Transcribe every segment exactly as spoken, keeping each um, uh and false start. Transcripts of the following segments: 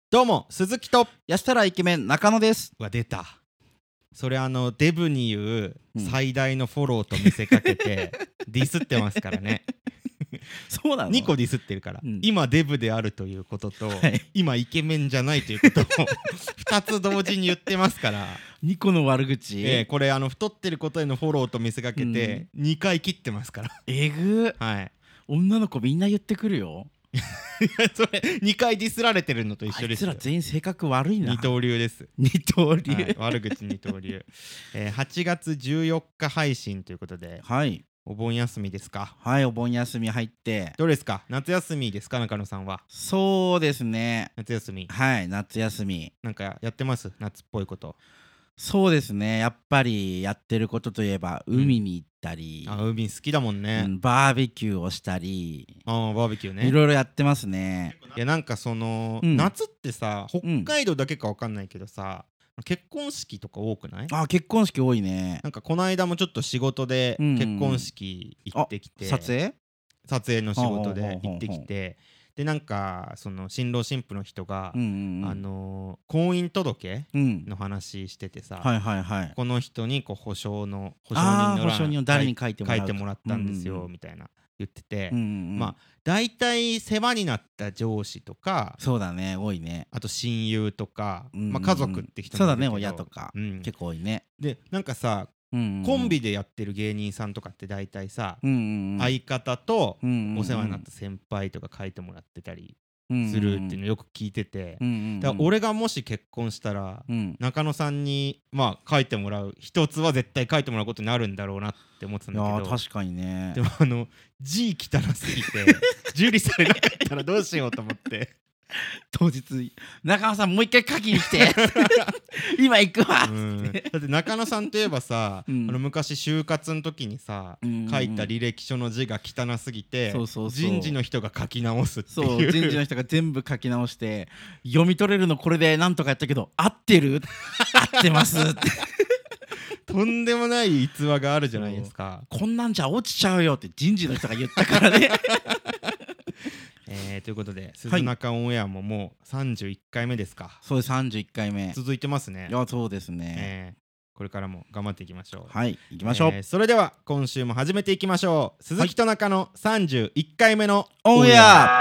どうも鈴木と安太郎イケメン中野です。 は出た。それあのデブに言う最大のフォローと見せかけて、うん、ディスってますからね。 そうなの？ にこディスってるから、うん、今デブであるということと、はい、今イケメンじゃないということをふたつ同時に言ってますから。 にこの悪口、 えー、これあの太ってることへのフォローと見せかけてにかい切ってますから。 えぐー、はい、女の子みんな言ってくるよ。 それにかいディスられてるのと一緒ですよ。 あいつら全員性格悪いな。 二刀流です。 二刀流、はい、 悪口二刀流、えー、はちがつじゅうよっか配信ということで、 はい、 お盆休みですか？ はい、お盆休み入って。 どうですか？夏休みですか？中野さんは。 そうですね、 夏休み。 はい、夏休みなんかやってます？夏っぽいこと。 そうですね、やっぱりやってることといえば海に行ったり、 うん、あ、海好きだもんね、 うん、バーベキューをしたり。 あ、バーベキューね、 いろいろやってますね。 いやなんかその、うん、夏ってさ北海道だけか分かんないけどさ、うん、結婚式とか多くない？ あ、結婚式多いね。 なんかこの間もちょっと仕事で結婚式行ってきて、 うん、撮影撮影の仕事で行ってきて、でなんかその新郎新婦の人が、うんうんうん、あのー、婚姻届の話しててさ、うん、はいはいはい、この人にこう保証の保証人の欄、保証人を誰に書いてもらう、書いてもらったんですよ、うんうん、みたいな言ってて、うんうん、まあ大体世話になった上司とか、 そうだね、多いね、 あと親友とか、うんうんうん、まあ、家族って人もいるけど、そうだね、 親とか、うん、結構多いね。 でなんかさ、うんうんうん、コンビでやってる芸人さんとかって大体さ、うんうんうん、相方とお世話になった先輩とか書いてもらってたりするっていうのよく聞いてて、うんうんうん、だから俺がもし結婚したら、うん、中野さんにまあ書いてもらう一つは絶対書いてもらうことになるんだろうなって思ってたんだけど、いや確かにね。 でもあの字汚すぎて受理されなかったらどうしようと思って当日中野さんもう一回書きに来て今行くわっつって、うん、 だって中野さんといえばさ、うん、あの昔就活の時にさ、うんうんうん、書いた履歴書の字が汚すぎて、そうそうそう、人事の人が書き直すっていう、 そう人事の人が全部書き直して読み取れるのこれでなんとかやったけど合ってる合ってますってとんでもない逸話があるじゃないですか。 こんなんじゃ落ちちゃうよって人事の人が言ったからねえー、ということで鈴中オンエアももうさんじゅういっかいめですか？ そうです、さんじゅういっかいめ続いてますね。 いやそうですね、 えー、これからも頑張っていきましょう。 はい行きましょう、 えー、それでは今週も始めていきましょう。鈴木と中のさんじゅういっかいめのオンエア。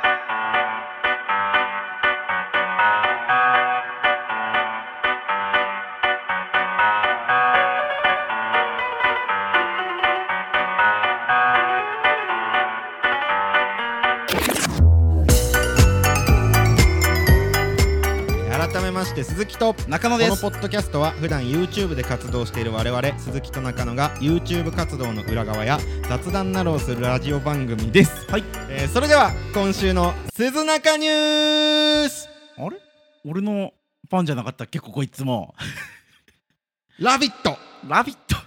改めまして鈴木と中野です。 このポッドキャストは普段 YouTube で活動している我々鈴木と中野が YouTube 活動の裏側や雑談などをするラジオ番組です。はい、えー、それでは今週の鈴中ニュース。 あれ俺のファンじゃなかったっけここいつもラビットラビット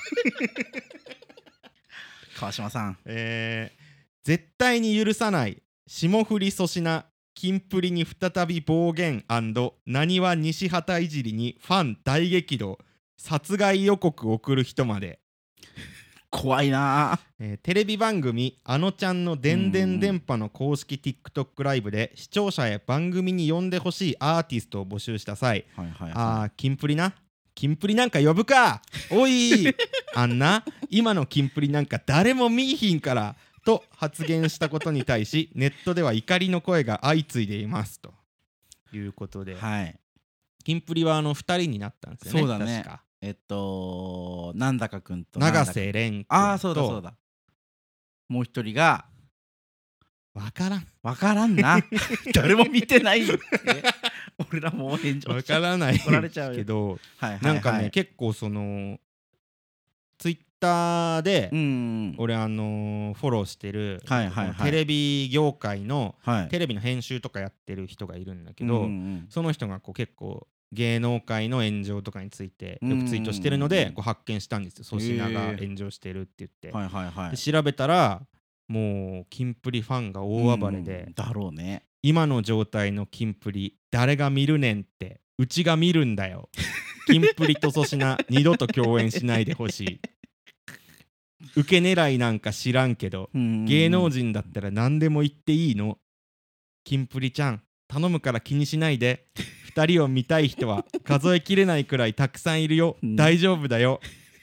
川島さん、 えー、絶対に許さない霜降り粗品キンプリに再び暴言&なにわ西畑いじりにファン大激怒、殺害予告送る人まで怖いな、 えー、テレビ番組あのちゃんのでんでん電波の公式 TikTok ライブで視聴者へ番組に呼んでほしいアーティストを募集した際、はいはいはい、あーキンプリなキンプリなんか呼ぶかおいあんな今のキンプリなんか誰も見いひんからと発言したことに対しネットでは怒りの声が相次いでいますということで、はい、キンプリはあのふたりになったんですよね。 そうだね、 確かえっとなんだかくんと永瀬廉君と、 ああそうだそうだ、もう一人がわからんわからんな誰も見てないよ、ね、俺らもう炎上わからないけどはいはい、はい、 なんかね結構そのツイッターで、うんうん、俺あのー、フォローしてる、はいはいはい、テレビ業界の、はい、テレビの編集とかやってる人がいるんだけど、うんうん、その人がこう結構芸能界の炎上とかについてよくツイートしてるので、うんうん、こう発見したんですよ。粗品が炎上してるって言って、はいはいはい、で調べたらもうキンプリファンが大暴れで、 うん、だろうね、 今の状態のキンプリ誰が見るねんってうちが見るんだよキンプリと粗品二度と共演しないでほしい受け狙いなんか知らんけど芸能人だったら何でも言っていいのキンプリちゃん頼むから気にしないでふたりを見たい人は数えきれないくらいたくさんいるよ、うん、大丈夫だよ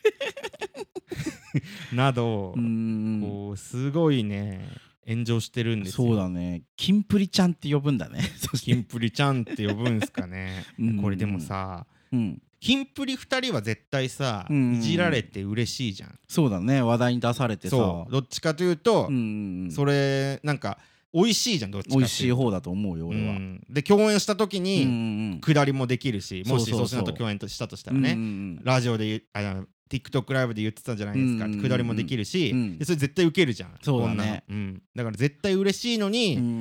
などうーんこうすごいね炎上してるんですよ。 そうだね、キンプリちゃんって呼ぶんだねキンプリちゃんって呼ぶんすかねこれでもさ、うん、キンプリふたりは絶対さ、うんうん、いじられて嬉しいじゃん。 そうだね、話題に出されてさ、 そうどっちかというと、うんうん、それなんか美味しいじゃん、どっちかっていうと美味しい方だと思うよ俺は、うん、 で共演した時に下りもできるし、もし粗品と共演したとしたらね、うんうん、ラジオであの TikTok ライブで言ってたじゃないですか、うんうんうん、下りもできるし、うん、でそれ絶対ウケるじゃん。 そうだね、 うん、だから絶対嬉しいのに、うんうん、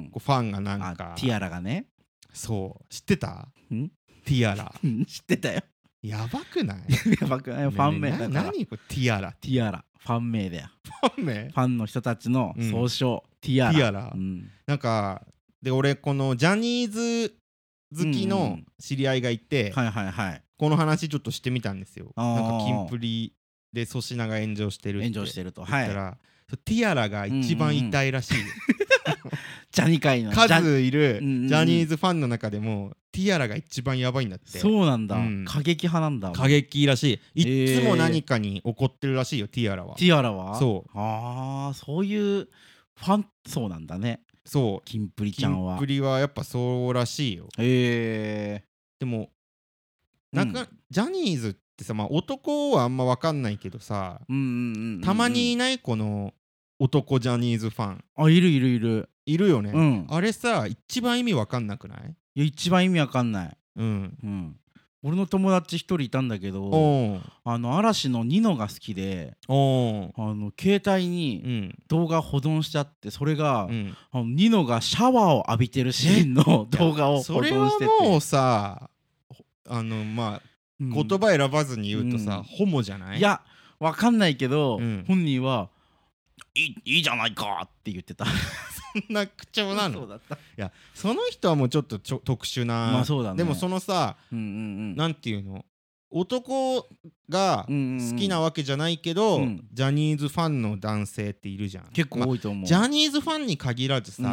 こうファンがなんかティアラがね、 そう知ってた？んティアラ知ってたよ。 やばくないやばくない、ファン名だから。 何これティアラティアラファン名だよ。 ファン名？ ファンの人たちの総称、うん、ティアラ。 ティアラ、うん、なんかで俺このジャニーズ好きの知り合いがいて、 うんうん、はいはいはい、 この話ちょっとしてみたんですよ。なんかキンプリで粗品が炎上してるって炎上してると、はい、 言ったらティアラが一番痛いらしい、うんうん、 ジャニ界の数いるジャニーズファンの中でもティアラが一番やばいんだって。 そうなんだ、うん、過激派なんだ。 過激らしい。いつも何かに怒ってるらしいよ、ティアラは。 ティアラはそう。 ああ、そういうファン、そうなんだね。 そう、 キンプリちゃんは。 キンプリはやっぱそうらしいよ。 へえ。 でもなんか、うん、ジャニーズってさ、まあ、男はあんま分かんないけどさ、たまにいないこの男ジャニーズファン。 あ、いるいるいるいるよね、うん、あれさ一番意味分かんなくない？ いや一番意味分かんない。うん、うん、俺の友達一人いたんだけど、あの嵐のニノが好きで、あの携帯に動画保存しちゃって、それが、うん、あのニノがシャワーを浴びてるシーンの動画を保存してて、それはもうさあのまあ、うん、言葉選ばずに言うとさ、うん、ホモじゃない？ いや分かんないけど、うん、本人はいい、いいじゃないかって言ってた。 そんな口調なの？ そうだった。いやその人はもうちょっとちょ特殊な、 まあそうだね、 でもそのさ、うんうんうん、なんていうの、男が好きなわけじゃないけど、うんうんうん、ジャニーズファンの男性っているじゃん。 結構多いと思う、 まあ、ジャニーズファンに限らずさ、うんうん、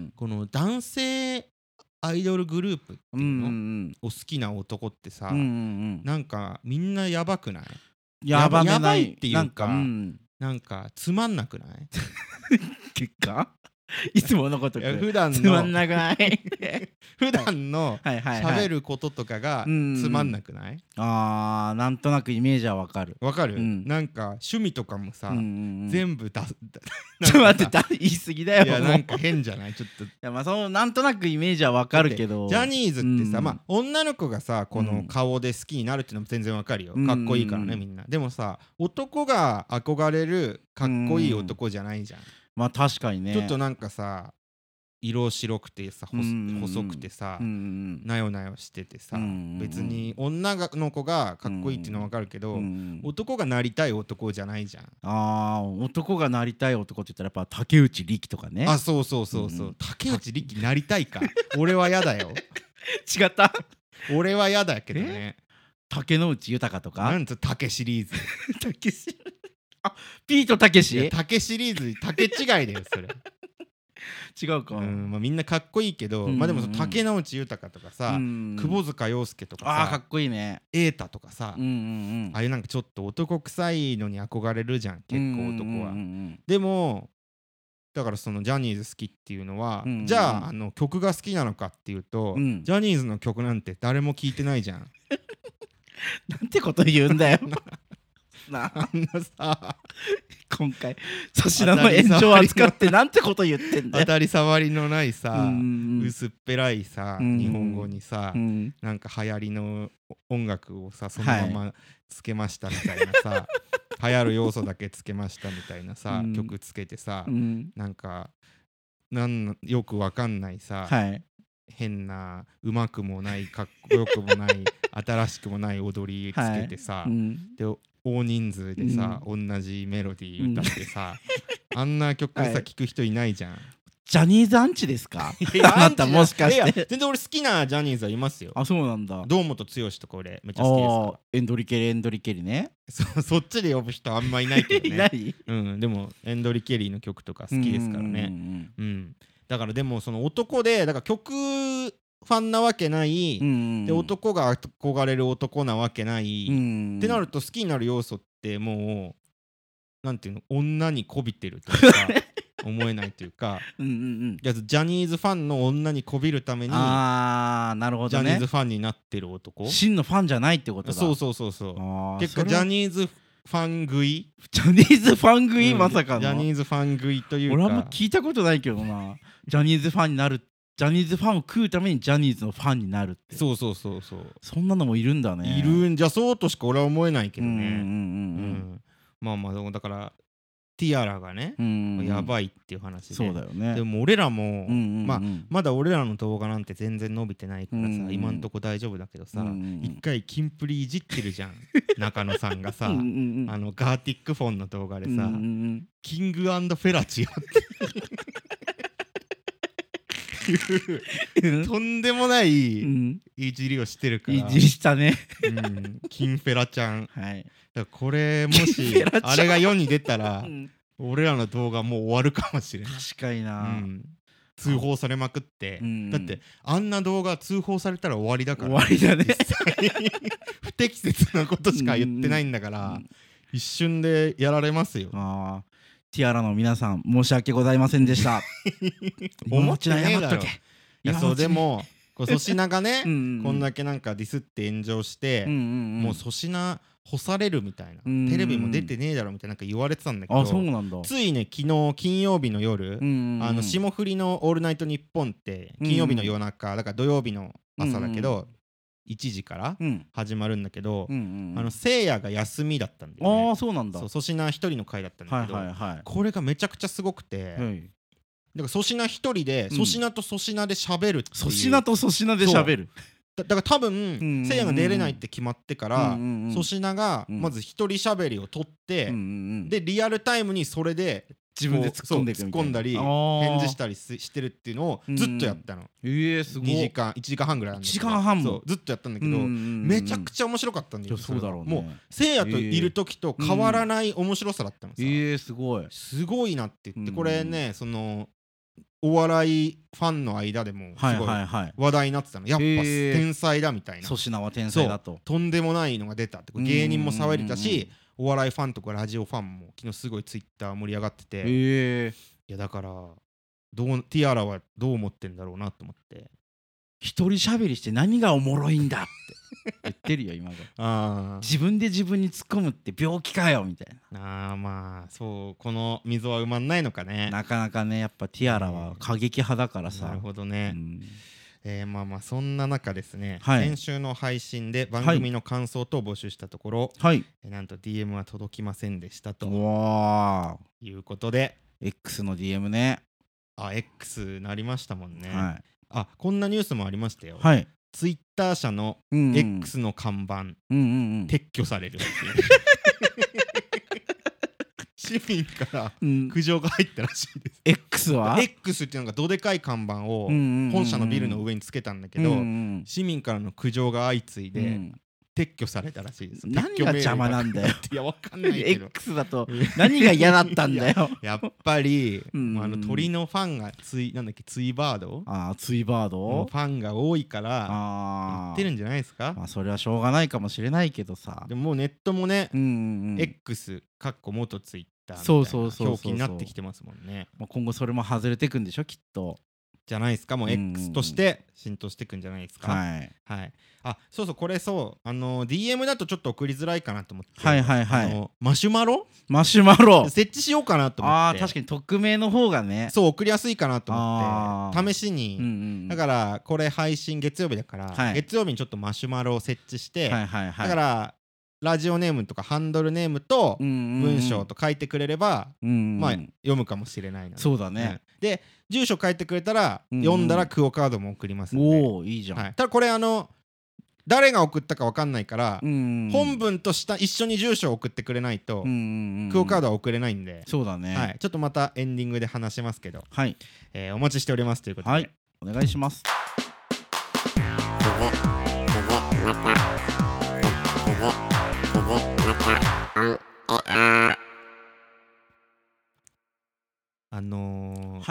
この男性アイドルグループっていうの、うんうん、を好きな男ってさ、うんうんうん、なんかみんなやばくない？ やばめない、 やばいっていうか、なんか、うん、なんかつまんなくない？ 結果いつものことく普段のつまんなくない普段の喋ることとかがつまんなくない？はいはいはい、 あー、なんとなくイメージはわかるわかる、うん、なんか趣味とかもさ、うんうんうん、全部出すちょっと待って言い過ぎだよ。 いやなんか変じゃない？ちょっといやまあそうなんとなくイメージはわかるけど、 ジャニーズってさ、うん、まあ女の子がさこの顔で好きになるっていうのも全然わかるよ、かっこいいからねみんな。でもさ男が憧れるかっこいい男じゃないじゃん。 まあ確かにね。 ちょっとなんかさ色白くてさ、細くてさ、なよなよしててさ、別に女の子がかっこいいっていうのはわかるけど、男がなりたい男じゃないじゃん。 あー、男がなりたい男って言ったらやっぱ竹内力とかね。 あ、そうそうそうそう、竹内力なりたいか。俺はやだよ。 違った。 俺はやだけどね。 竹野内豊とか。 なんつ竹シリーズ。 竹シリーズ。あ、ピートたけし。 竹シリーズ竹違いだよそれ。 違うか、 うんまあ、みんなかっこいいけど、うんうん、まあでも竹野内豊とかさ、うんうん、窪塚洋介とかさ、 あーかっこいいね、 瑛太とかさ、うんうんうん、ああいうなんかちょっと男臭いのに憧れるじゃん結構男は、うんうんうん、でもだからそのジャニーズ好きっていうのは、うんうん、じゃあ、あの曲が好きなのかっていうと、うん、ジャニーズの曲なんて誰も聴いてないじゃん。 なんてこと言うんだよなあんなさ今回粗品の炎上を扱ってなんてこと言ってんだよ。 当たり障りのないさ、うんうん、薄っぺらいさ、うんうん、日本語にさ、うん、なんか流行りの音楽をさそのままつけましたみたいなさ、はい、流行る要素だけつけましたみたいなさ、うん、曲つけてさ、うん、なんかなんよくわかんないさ、はい、変なうまくもないかっこよくもない新しくもない踊りつけてさ、はいうん、で大人数でさ、うん、同じメロディー歌ってさ、うん、あんな曲さ、はい、聴く人いないじゃん。 ジャニーズアンチですか？あなたもしかして。いや全然俺好きなジャニーズはいますよ。 あ、そうなんだ。 堂本剛とか俺めっちゃ好きですから。 エンドリケリエンドリケリね。 そ, そっちで呼ぶ人あんまいないけどね。 いない、 うん、でもエンドリケリーの曲とか好きですからね。うん、うん、 だからでもその男でだから曲ファンなわけない、うんうん、で男が憧れる男なわけない、うんうん、ってなると好きになる要素ってもうなんていうの女にこびてるというか思えないというかうんうん、うん、ジャニーズファンの女にこびるためにあーなるほど、ね、 ジャニーズファンになってる男真のファンじゃないってことだそうそうそうそう結果ジャニーズファン食いジャニーズファン食い、うん、まさかのジャニーズファン食いというか俺はもう聞いたことないけどなジャニーズファンになるジャニーズファンを食うためにジャニーズのファンになるってそうそうそうそうそんなのもいるんだねいるんじゃそうとしか俺は思えないけどねうんうんうん、うん、まあまあだからティアラがね、うんうん、やばいっていう話でそうだよねでも俺らも、うんうんうん、まあ、まだ俺らの動画なんて全然伸びてないからさ、うんうん、今んとこ大丈夫だけどさ、うんうん、一回キンプリいじってるじゃん中野さんがさうんうん、うん、あのガーティックフォンの動画でさ、うんうんうん、キング&フェラチオってとんでもないいじりをしてるから、 いじりしたね、 うん、キンフェラちゃん、はい、だからこれもしあれが世に出たら、うん、俺らの動画もう終わるかもしれない確かにな、うん、 通報されまくって、うん、だってあんな動画通報されたら終わりだから終わりだね不適切なことしか言ってないんだから、うんうん、一瞬でやられますよあティアラの皆さん申し訳ございませんでした思ってねえだろいやそうでも粗品がねうんうん、うん、こんだけなんかディスって炎上して、うんうんうん、もう粗品干されるみたいな、うんうん、テレビも出てねえだろみたいな言われてたんだけどあそうなんだついね昨日金曜日の夜、うんうんうん、あの霜降りのオールナイトニッポンって金曜日の夜中、うんうん、だから土曜日の朝だけど、うんうん、いちじから始まるんだけど、うんうんうん、あのせいやが休みだったんだよねあそうなんだそう粗品一人の回だったんだけど、はいはいはい、これがめちゃくちゃすごくて、はいだから粗品一人で粗品と粗品で喋るっていう粗品と粗品で喋るだ, だから多分せいやが出れないって決まってから粗品がまず一人喋りを取って、うんうんうん、でリアルタイムにそれで自分で突っ込んでいくみたいな突っ込んだり返事したりしてるっていうのをずっとやったの、 うん、えー、すごいにじかんいちじかんはんぐらいあるんだけどいちじかんはんもそうずっとやったんだけど、うんうんうん、めちゃくちゃ面白かったんだよそうだろうねもうせいやといる時と変わらない面白さだったのさ、 えー、えー、すごいすごいなって言って、うん、これねそのお笑いファンの間でもすごい話題になってたの、やっぱ天才だみたいな粗品は天才だととんでもないのが出たって芸人も騒いでたしお笑いファンとかラジオファンも昨日すごいツイッター盛り上がってていやだからどうティアラはどう思ってんだろうなと思って一人喋りして何がおもろいんだって言ってるよ今があ自分で自分に突っ込むって病気かよみたいなあーまあそうこの溝は埋まんないのかねなかなかねやっぱティアラは過激派だからさ、 なるほどね、うんえー、まあまあそんな中ですね、はい、先週の配信で番組の感想と募集したところ、はい、なんと ディーエム は届きませんでしたということで X の ディーエム ねあ X なりましたもんね、 はい、 あこんなニュースもありましたよ、 はい、 ツイッター社の X の看板、うんうんうん、撤去されるっていう市民から苦情が入ったらしいです、 うん、X は X っていうのがどでかい看板を本社のビルの上につけたんだけど、うんうん、市民からの苦情が相次いで、うん撤去されたらしいです。 何が邪魔なんだよいやわかんないけど X だと何が嫌だったんだよや, やっぱり、うん、あの鳥のファンがツイなんだっけツイバードあツイバードファンが多いから言ってるんじゃないですか。 まあそれはしょうがないかもしれないけどさでももうネットもね、うんうんうん、X かっこ元ツイッターみたいな表記になってきてますもんね。 まあ、今後それも外れていくんでしょきっとじゃないですかもう X として浸透していくんじゃないですか、 はい、 はい、あそうそうこれそうあの ディーエム だとちょっと送りづらいかなと思ってはいはいはいあのマシュマロマシュマロ設置しようかなと思ってあ確かに匿名の方がねそう送りやすいかなと思って試しに、うんうん、だからこれ配信月曜日だから、はい、月曜日にちょっとマシュマロを設置して、はいはいはい、だからラジオネームとかハンドルネームと文章と書いてくれれば、うんうんうん、まあ読むかもしれないなそうだね、 うん、で住所書いてくれたら、うんうん、読んだらクオカードも送りますのでおーいいじゃん、はい、 ただこれあの誰が送ったか分かんないから、うんうん、本文とした一緒に住所を送ってくれないと、うんうんうん、クオカードは送れないんでそうだね、 はい、ちょっとまたエンディングで話しますけど、 はいえー、お待ちしておりますということで、 はい、お願いしますあのーはい、 な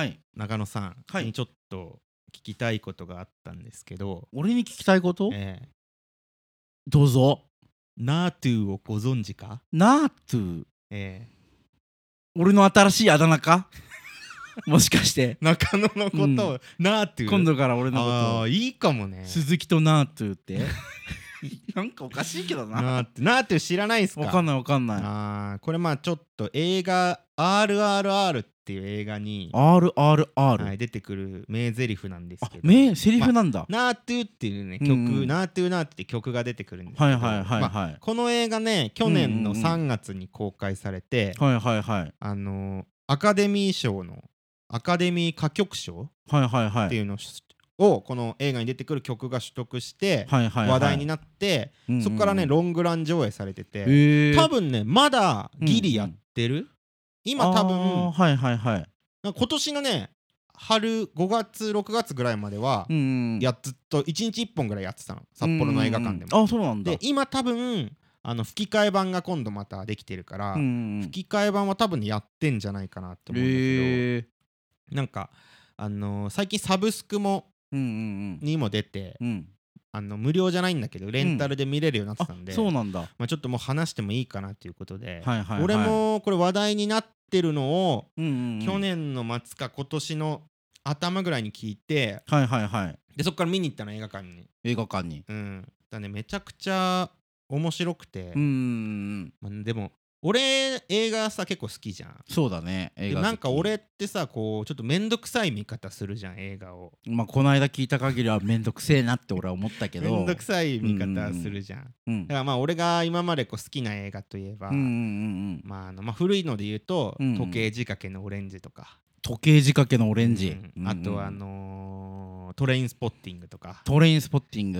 中野さん、 はい、 にちょっと聞きたいことがあったんですけど。 俺に聞きたいこと、 えー、 どうぞ。 ナートゥをご存知か？ ナートゥ、 えー、俺の新しいあだ名かもしかして中野のことを、うん、ナートゥ、 今度から俺のことを。 ああ、いいかもね。 鈴木とナートゥってなんかおかしいけどな。 ナートゥ、ナートゥ知らないっすか？ わかんないわかんない。 あ、これまあちょっと映画 アールアールアール っていう映画にアールアールアール、 はい、出てくる名台詞なんですけど、 名セリフなんだ、 まあ、ナートゥっていうね曲、うんうん、ナートゥナートゥって曲が出てくるんですけど、 はいはいはいはい、まあ、 この映画ね去年のさんがつに公開されて、 うんうんうん、はいはいはい、 あのー、アカデミー賞のアカデミー歌曲賞っていうのをこの映画に出てくる曲が取得して話題になって、そこからねロングラン上映されてて、多分ねまだギリやってる、今多分、 はいはいはい、 今年のね春ごがつろくがつぐらいまではやっずっといちにちいっぽんぐらいやってたの、札幌の映画館でも。 あ、そうなんだ。 で今多分あの吹き替え版が今度またできてるから、吹き替え版は多分やってんじゃないかなって思うんだけど、なんかあのー、最近サブスクもにも出て、うんうんうん、あの無料じゃないんだけどレンタルで見れるようになってたんで、うん、 そうなんだ、 まあ、ちょっともう話してもいいかなということで、 はいはいはい、 俺もこれ話題になってるのを、 うんうんうん、 去年の末か今年の頭ぐらいに聞いて、 はいはいはい、 でそっから見に行ったの、映画館に映画館に、 うん、だね、めちゃくちゃ面白くて、 うんうんうん、 まあ、でも俺映画さ結構好きじゃん。 そうだね、映画好き。 なんか俺ってさこうちょっとめんどくさい見方するじゃん映画を。 まあこの間聞いた限りはめんどくせえなって俺は思ったけどめんどくさい見方するじゃん、うんうんうん、だからまあ俺が今までこう好きな映画といえば、うんうんうん、まああのまあ古いので言うと、うんうん、時計仕掛けのオレンジとか、 時計仕掛けのオレンジ、 うんうん、あとはあのートレインスポッティングとか、 トレインスポッティング、うん、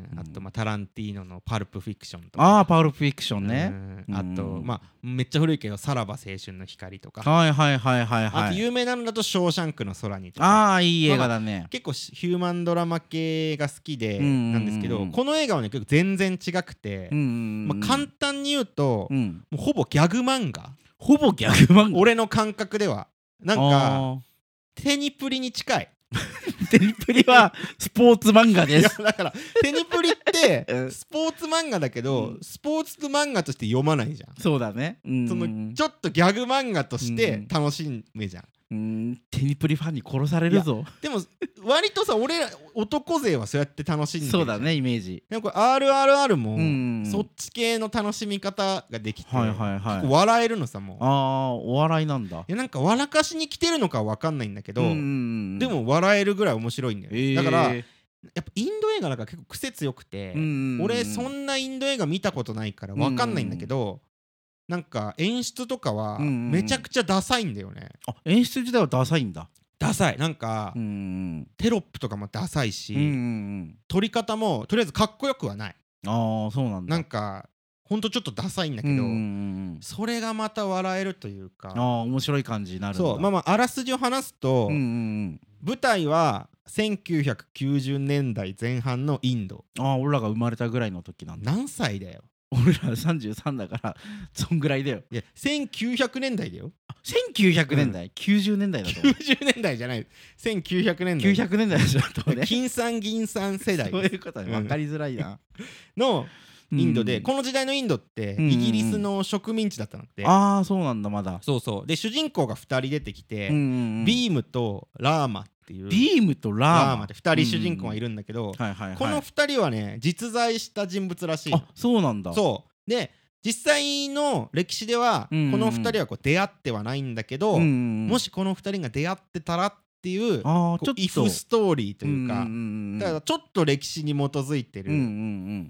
あとまあタランティーノのパルプフィクションとか、 ああパルプフィクションね、 うん、あと、うん、まあめっちゃ古いけどさらば青春の光とか、 はいはいはいはいはい、 あと有名なのだとショーシャンクの空にとか、 ああいい映画だね、 まあ、結構ヒューマンドラマ系が好きでなんですけど、うんうんうん、この映画はね結構全然違くて、うんうんうん、まあ、簡単に言うと、うん、もうほぼギャグ漫画、 ほぼギャグ漫画、 俺の感覚ではなんかテニプリに近いテニプリはスポーツ漫画です。 いやだからテニプリってスポーツ漫画だけど、うん、スポーツ漫画として読まないじゃん。 そうだね、うん、 そのちょっとギャグ漫画として楽しめじゃん、 うん、テニプリファンに殺されるぞ。 でも割とさ俺ら男勢はそうやって楽しんでる。 そうだねイメージ。 でもこれ アールアールアール もそっち系の楽しみ方ができて、はいはいはい、結構笑えるのさ。もうああお笑いなんだ。いやなんか笑かしに来てるのかは分かんないんだけど、でも笑えるぐらい面白いんだよ、えー、だからやっぱインド映画だから結構癖強くて、俺そんなインド映画見たことないから分かんないんだけど、なんか演出とかはめちゃくちゃダサいんだよね、 うんうん、あ演出自体はダサいんだ。 ダサい、なんか、うんうん、テロップとかもダサいし、うんうん、撮り方もとりあえずかっこよくはない。 ああそうなんだ。 なんかほんとちょっとダサいんだけど、うんうんうん、それがまた笑えるというか、 ああ面白い感じになるんだ。 そうまあまああらすじを話すと、うんうんうん、舞台はせんきゅうひゃくきゅうじゅうねんだいぜん半のインド。 ああ俺らが生まれたぐらいの時なんだ。 何歳だよ。 俺らさんじゅうさんだからそんぐらいだよ。 いやせんきゅうひゃくねんだいだよ。 せんきゅうひゃくねんだい、うん、きゅうじゅうねんだいだと。 きゅうじゅうねんだいじゃない、せんきゅうひゃくねんだい。 きゅうひゃくねんだいだとね。 金さん銀さん世代。 そういうことね、分かりづらいな。 のインドで、うん、この時代のインドってイギリスの植民地だったのって、 うんうん、ああそうなんだ。まだそうそうで主人公がふたり出てきて、うんうんうん、ビームとラーマっていうビームとラーマ、ラーマってふたり主人公がいるんだけど、このふたりはね実在した人物らしい。 あそうなんだ。 そうで実際の歴史ではこのふたりはこう出会ってはないんだけど、うんうん、もしこのふたりが出会ってたらっていうイフストーリーというか、だからちょっと歴史に基づいてる、うんうんうん、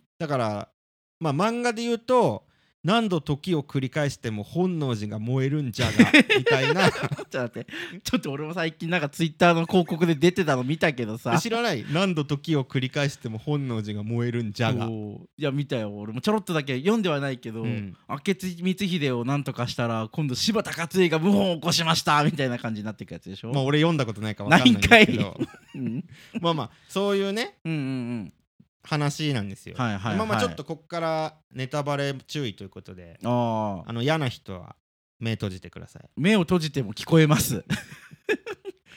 だからまあ漫画で言うと何度時を繰り返しても本能寺が燃えるんじゃがみたいな。ちょっと待ってちょっと俺も最近なんかツイッターの広告で出てたの見たけどさ。 知らない？何度時を繰り返しても本能寺が燃えるんじゃが。いや見たよ俺もちょろっとだけ読んではないけど、うん、明智光秀をなんとかしたら今度柴田勝家が謀反を起こしましたみたいな感じになっていくやつでしょ。 まあ俺読んだことないか分かんないんですけどうん、まあまあそういうね、うんうんうん話なんですよ。はいはいはい、まあまあちょっとこっからネタバレ注意ということで、ああの嫌な人は目閉じてください。 目を閉じても聞こえます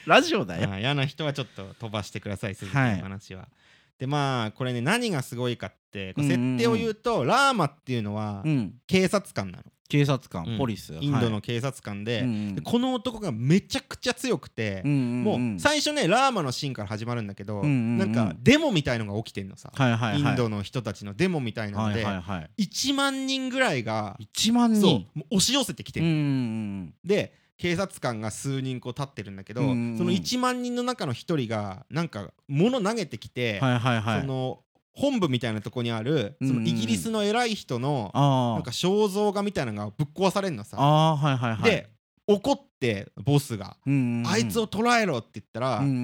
ラジオだよ。 嫌な人はちょっと飛ばしてください、鈴木の話は、はい、でまあこれね何がすごいかって設定を言うと、うんうんうん、ラーマっていうのは警察官なの、 警察官、うん、ポリス、 インドの警察官 で,、はい、でこの男がめちゃくちゃ強くて、うんうんうん、もう最初ねラーマのシーンから始まるんだけど、うんうんうん、なんかデモみたいのが起きてんのさ、はいはいはい、インドの人たちのデモみたいなので、はいはいはい、いちまんにんぐらいがいちまんにんそうもう押し寄せてきてる、うんうんうん、で警察官が数人こう立ってるんだけど、うんうんうん、そのいちまんにんの中のひとりがなんか物投げてきて、はいはいはい、その本部みたいなとこにあるそのイギリスの偉い人のなんか肖像画みたいなのがぶっ壊されるのさ、あ、はいはいはい、で怒ってボスが、うんうんうん、あいつを捕らえろって言ったら、うんうんうん、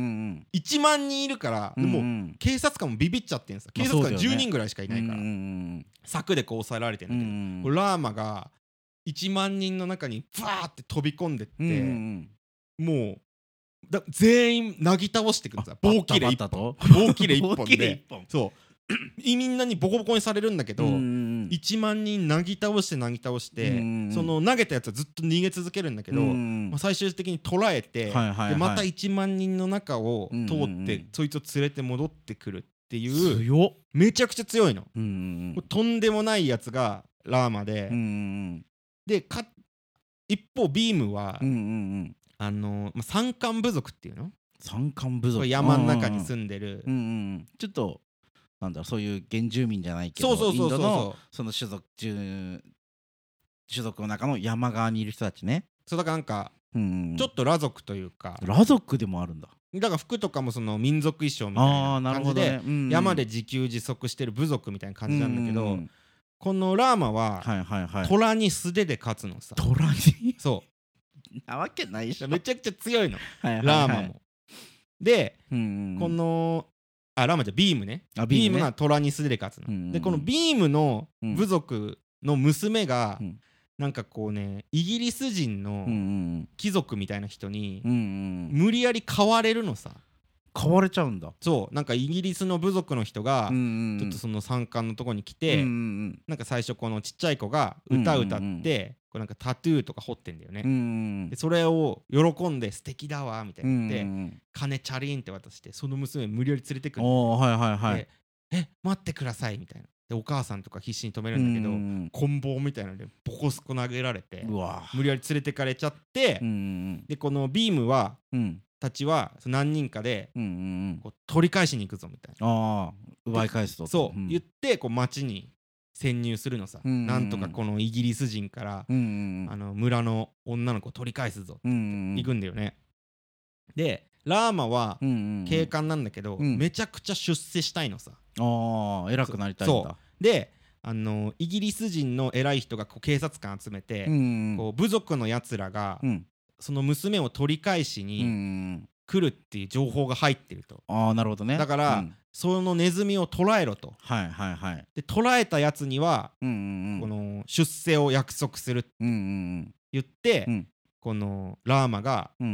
いちまんにんいるから、うんうん、でも警察官もビビっちゃってんさ、警察官じゅうにんぐらいしかいないから、うんうんうん、柵でこう抑えられてるんだけど、うんうん、ラーマがいちまんにんの中にブワーって飛び込んでって、うんうんうん、もうだ全員なぎ倒してくるんさ、棒切れ一本棒切れ一本でそうみんなにボコボコにされるんだけど、うんうん、いちまんにんなぎ倒してなぎ倒して、うんうん、その投げたやつはずっと逃げ続けるんだけど、うんうん、まあ、最終的に捕らえて、はいはいはい、でまたいちまんにんの中を通って、うんうん、そいつを連れて戻ってくるっていう強めちゃくちゃ強いの、 うんうんうん、 とんでもないやつがラーマで、うんうん、でか一方ビームは、うんうんうん、あのまあ、山間部族っていうの山間部族山の中に住んでる、 うんうん、ちょっとなんだろう、そういう原住民じゃないけど、インドのその種族種族の中の山側にいる人たちね。 そうだからなんか、うんうん、ちょっと裸族というか、 裸族でもあるんだ。 だから服とかもその民族衣装みたいな感じで、ね、うんうん、山で自給自足してる部族みたいな感じなんだけど、うんうん、このラーマは、はいはいはい、虎に素手で勝つのさ。 虎にそうなわけないでしょ。 めちゃくちゃ強いのはいはい、はい、ラーマもで、うんうんうん、このあラーマじゃビームね、ビームね、ビームが虎に素手で勝つの、うんうんうん、でこのビームの部族の娘が、うん、なんかこうねイギリス人の貴族みたいな人に、うんうん、無理やり買われるのさ。 買われちゃうんだ。 そうなんかイギリスの部族の人が、うんうん、ちょっとその山間のとこに来て、うんうん、なんか最初このちっちゃい子が歌歌って、うんうんうん、こうなんかタトゥーとか彫ってんだよね、うんうん、でそれを喜んで素敵だわみたいな言って、うんうん、金チャリンって渡してその娘無理やり連れてくるの、 はいはいはい、 でえ待ってくださいみたいなでお母さんとか必死に止めるんだけど、うんうん、棍棒みたいなのでボコスコ投げられてうわ無理やり連れてかれちゃって、うんうん、でこのビームは、うんたちは何人かでこう取り返しに行くぞみたいな、 あ奪い返すとそう、うん、言ってこう町に潜入するのさ、うんうんうん、なんとかこのイギリス人から、うんうんうん、あの村の女の子を取り返すぞって行くんだよね、うんうん、でラーマは警官なんだけど、うんうんうん、めちゃくちゃ出世したいのさ、 あ偉くなりたいんだ。 そうであのイギリス人の偉い人がこう警察官集めて、うんうん、こう部族のやつらが、うんその娘を取り返しに来るっていう情報が入ってると。 ああなるほどね。 だから、うん、そのネズミを捕らえろと。 はいはいはい。 で捕らえたやつには、うんうんうん、この出世を約束するって言って、うんうんうん、このラーマが、うんうん、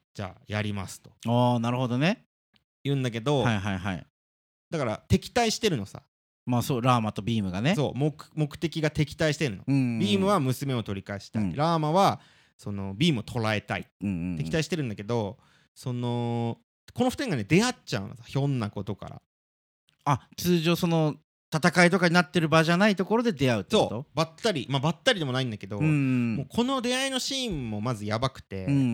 じゃあやりますと。 ああなるほどね。 言うんだけど、はいはいはい、だから敵対してるのさ。 まあそうラーマとビームがね。 そう 目, 目的が敵対してるの、うんうん。ビームは娘を取り返したい、うん、ラーマはそのビームを捉えたい、うんうんうん、敵対してるんだけどそのこのふたりがね出会っちゃうのさひょんなことから。 あ通常その戦いとかになってる場じゃないところで出会うってこと？ そうばったりまあばったりでもないんだけど、うんうん、もうこの出会いのシーンもまずやばくて、うんうんうん、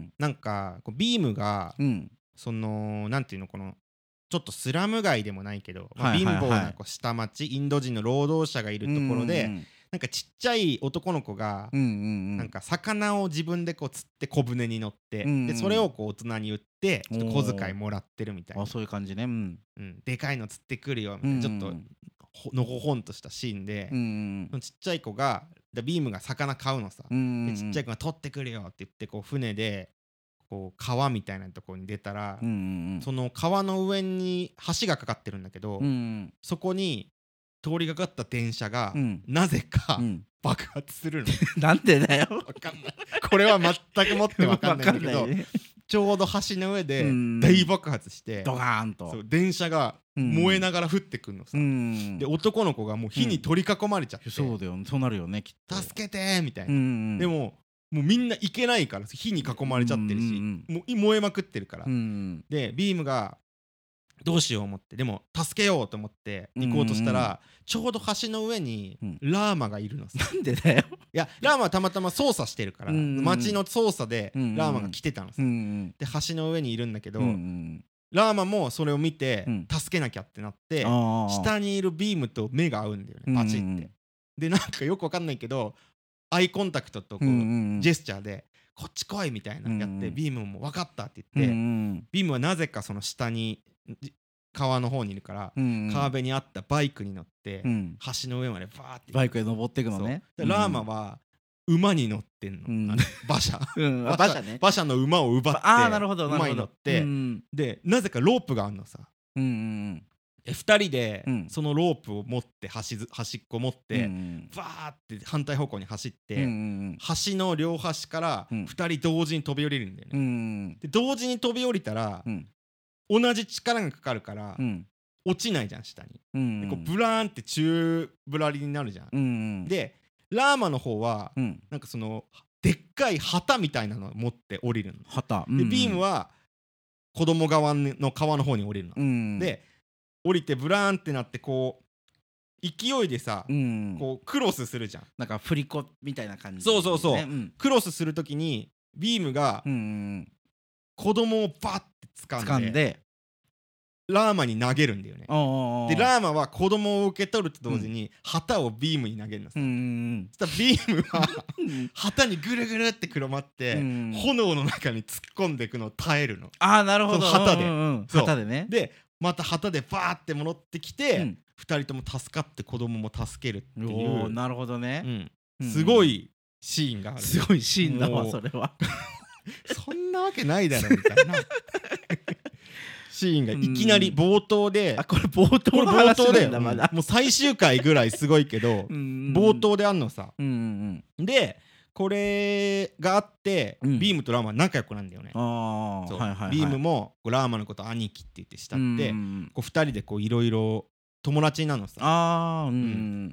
なんかこうビームが、うん、そのなんていうのこのちょっとスラム街でもないけど、まあ、貧乏なこう下町インド人の労働者がいるところで、うんうんうんなんかちっちゃい男の子が、うんうんうん、なんか魚を自分でこう釣って小舟に乗って、うんうん、でそれをこう大人に売ってちょっと小遣いもらってるみたいな。 あそういう感じね、うんうん、でかいの釣ってくるよみたいな、うんうん、ちょっとのほほんとしたシーンで、うんうん、ちっちゃい子がビームが魚買うのさ、うんうんうん、でちっちゃい子が取ってくるよって言ってこう船でこう川みたいなところに出たら、うんうんうん、その川の上に橋がかかってるんだけど、うんうん、そこに通りがかった電車が、うん、なぜか、うん、爆発するのなんでだよわかんないこれは全くもってわかんないんだけど、ね、ちょうど橋の上で大爆発してドカーンとそう電車が燃えながら降ってくるのさ、うん、で男の子がもう火に取り囲まれちゃって、うん、 そうだよそうなるよねきっと助けてみたいな、うん、でももうみんな行けないから火に囲まれちゃってるし、うんうんうん、もう燃えまくってるから、うんうん、でビームがどうしよう思って、でも助けようと思って行こうとしたら、うんうん、ちょうど橋の上にラーマがいるのさ、 うん、なんでだよ。 いやラーマはたまたま操作してるから、うんうん、街の操作でラーマが来てたのさ、うんうん、で橋の上にいるんだけど、うんうん、ラーマもそれを見て助けなきゃってなって、うん、下にいるビームと目が合うんだよね、パチって、うんうん、でなんかよくわかんないけどアイコンタクトとこう、うんうん、ジェスチャーでこっち来いみたいなやって、うんうん、ビームも分かったって言って、うんうん、ビームはなぜかその下に川の方にいるから、うんうん、川辺にあったバイクに乗って、うん、橋の上までバーってバイクで登っていくのね。 でラーマは馬に乗ってんの、うん、あの馬車、 うん、馬車ね、 馬車の馬を奪ってあーなるほどなるほど、 馬に乗って、うん、でなぜかロープがあんのさ、うんうんうんふたりでそのロープを持って端っこ持ってバーって反対方向に走って橋の両端からふたり同時に飛び降りるんだよね。で同時に飛び降りたら同じ力がかかるから落ちないじゃん下に。でこうブラーンって宙ぶらりになるじゃん。でラーマの方はなんかそのでっかい旗みたいなのを持って降りるの。 旗でビームは子供側の川の方に降りるの。で降りてブラーンってなってこう勢いでさ、うん、こうクロスするじゃん。 なんか振り子みたいな感じ、ね、 そうそうそう、うん、クロスするときにビームが子供をバッて掴んで、掴んでラーマに投げるんだよね。でラーマは子供を受け取ると同時に旗をビームに投げるのさ、うん、そしたらビームは旗にぐるぐるってくるまって、うん、炎の中に突っ込んでいくのを耐えるの。 あーなるほど、 その旗で、 うんうん、旗でね。 でまた旗でバーって戻ってきて、うん、ふたりとも助かって子供も助けるっていう。 おーなるほどね、 うん、すごいシーンがある。 すごいシーンだわそれはそんなわけないだろみたいなシーンがいきなり冒頭で、 あこれ冒頭の話なんだまだ、 もう最終回ぐらいすごいけど冒頭であんのさ、うんうんうん、でこれがあって、うん、ビームとラーマは仲良くなんだよね。あそう、はいはいはい、ビームもラーマのこと兄貴って言って慕って、うんうん、こうふたりでいろいろ友達なのさ。あ、うんうん、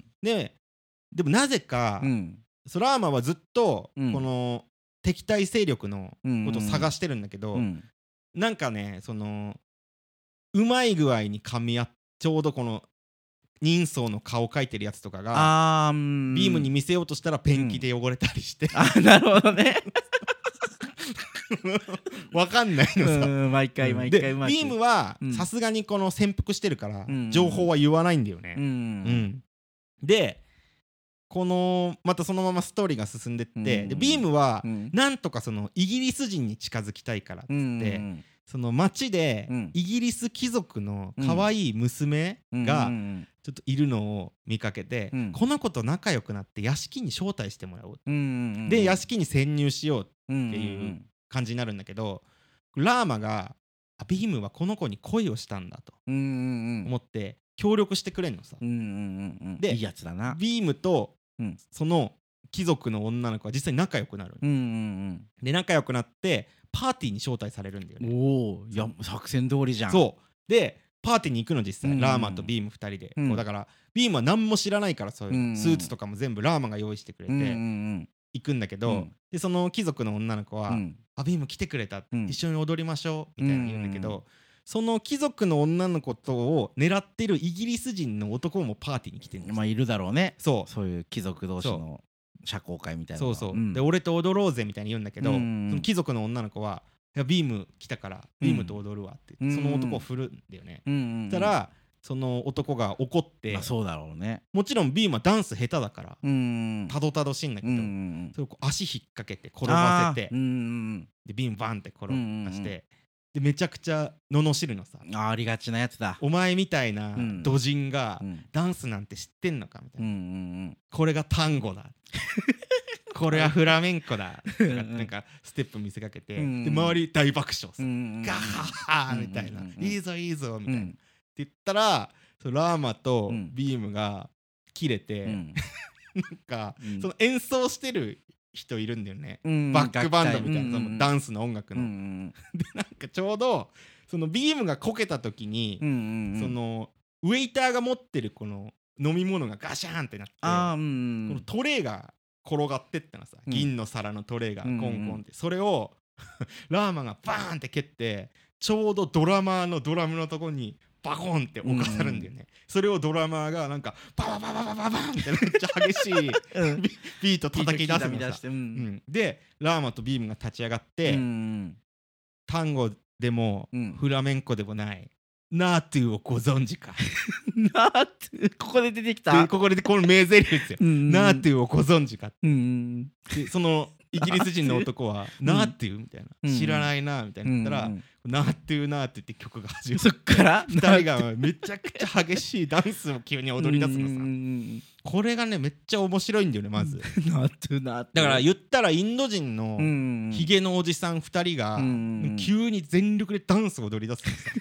ででもなぜか、うん、そラーマはずっとこの敵対勢力のことを探してるんだけど、うんうん、なんかねそのうまい具合に噛み合ってちょうどこの人相の顔描いてるやつとかがあービームに見せようとしたらペンキで汚れたりして、うん、 あなるほどねわかんないのさ、 うん毎回毎回うまく。 でビームはさすがにこの潜伏してるから情報は言わないんだよね、うんうん、でこのまたそのままストーリーが進んでって、うん、でビームはなんとかそのイギリス人に近づきたいからっつって、うん、その町でイギリス貴族の可愛い娘がちょっといるのを見かけて、うん、この子と仲良くなって屋敷に招待してもらおう、うんうんうん、で屋敷に潜入しようっていう感じになるんだけど、ラーマがビームはこの子に恋をしたんだと思って協力してくれんのさ、うんうんうん、でいいやつだな。ビームとその貴族の女の子は実際仲良くなる、うんうんうん、で仲良くなってパーティーに招待されるんだよね。 おーいや作戦通りじゃん。 そうでパーティーに行くの実際、うん、ラーマとビームふたりで、うん、こうだからビームは何も知らないからそういう、うんうん、スーツとかも全部ラーマが用意してくれて、うんうん、行くんだけど、うん、でその貴族の女の子は、うん、あビーム来てくれた、うん、一緒に踊りましょうみたいに言うんだけど、うんうん、その貴族の女の子とを狙ってるイギリス人の男もパーティーに来てるんです。 まあいるだろうね。 そうそういう貴族同士の社交会みたいな。 そうそう、うん、で俺と踊ろうぜみたいに言うんだけど、うんうん、その貴族の女の子はいやビーム来たからビームと踊るわって、うん、その男を振るんだよね。そしたらその男が怒って、まあ、 そうだろうね。 もちろんビームはダンス下手だからたどたどしいんだけど、うん、それをこう足引っ掛けて転ばせて、うん、でビームバンって転がして、うん、でめちゃくちゃ罵るのさ。 あ, ありがちなやつだ。 お前みたいなドジンがダンスなんて知ってんのかみたいな、うんうんうん、これがタンゴだこれはフラメンコだなんかステップ見せかけて、うん、で周り大爆笑さ、うん、ガハハみたいな、うん、いいぞいいぞみたいな、うん、って言ったらそのラーマとビームが切れて、うん、なんか、うん、その演奏してる人いるんだよね、うん、バックバンドみたいな、そのダンスの音楽の、うん、でなんかちょうどそのビームがこけた時に、うんうんうん、そのウェイターが持ってるこの飲み物がガシャーンってなって、あ、うんうん、このトレーが転がってったのさ、うん、銀の皿のトレイがコンコンって、うんうん、それをラーマがバーンって蹴ってちょうどドラマーのドラムのとこにバコンって置かさるんだよね、うんうん、それをドラマーがなんかバババババババンってめっちゃ激しい、うん、ビート叩き出すのさ、うんうん、でラーマとビームが立ち上がって、うんうん、単語でも、うん、フラメンコでもないナートゥをご存知かナートゥここで出てきたここでこの名台詞ですようん、ナートゥをご存知か、うん、でそのイギリス人の男はナートゥみたいな、うん、知らないなみたいな言ったら、うん、ナートゥナートゥって曲が始まる。 そっからふたりがめちゃくちゃ激しいダンスを急に踊り出すのさ、うん、これがねめっちゃ面白いんだよねまずナートゥナートゥだから言ったらインド人のヒゲのおじさんふたりが急に全力でダンスを踊り出すのさ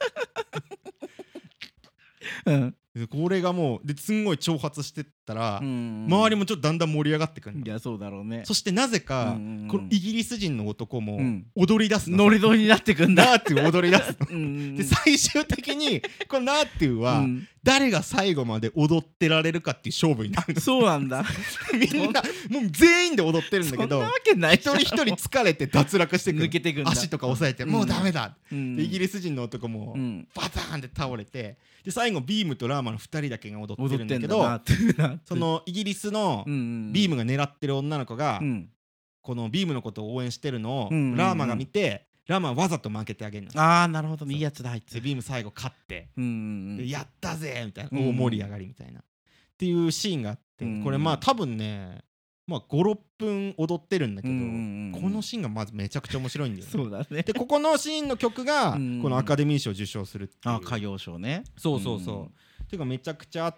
うん、これがもうですんごい挑発してったら、うんうん、周りもちょっとだんだん盛り上がってくるんだ。 いやそうだろうね。 そしてなぜか、うんうん、このイギリス人の男も踊り出すの、 ノリノリになってくんだナーティー踊り出すのうんうん、で最終的にこのナーティーは、うん、誰が最後まで踊ってられるかっていう勝負になるんだ。 そうなんだみんなもう全員で踊ってるんだけど、 そんなわけない一人一人疲れて脱落してくる抜けてくんだ。 足とか押さえて、うん、もうダメだ、うん、でイギリス人の男も、うん、バターンって倒れて、で最後ビームとラーマのふたりだけが踊ってるんだけど、そのイギリスのビームが狙ってる女の子が、うん、このビームのことを応援してるのを、うんうんうん、ラーマが見て、ラーマはわざと負けてあげるの。 あーなるほど、いいやつだあいつ。 でビーム最後勝って、うんうんうん、やったぜみたいな、大盛り上がりみたいな、っていうシーンがあって、うんうん、これまあ多分ねまあ、ごろっぷん踊ってるんだけど、うんうんうん、このシーンがまずめちゃくちゃ面白いんだよね。 そうだね。 でここのシーンの曲がこのアカデミー賞を受賞するっていう。 あ、歌謡賞ね。 そうそうそう、うんうん、ていうかめちゃくちゃあって、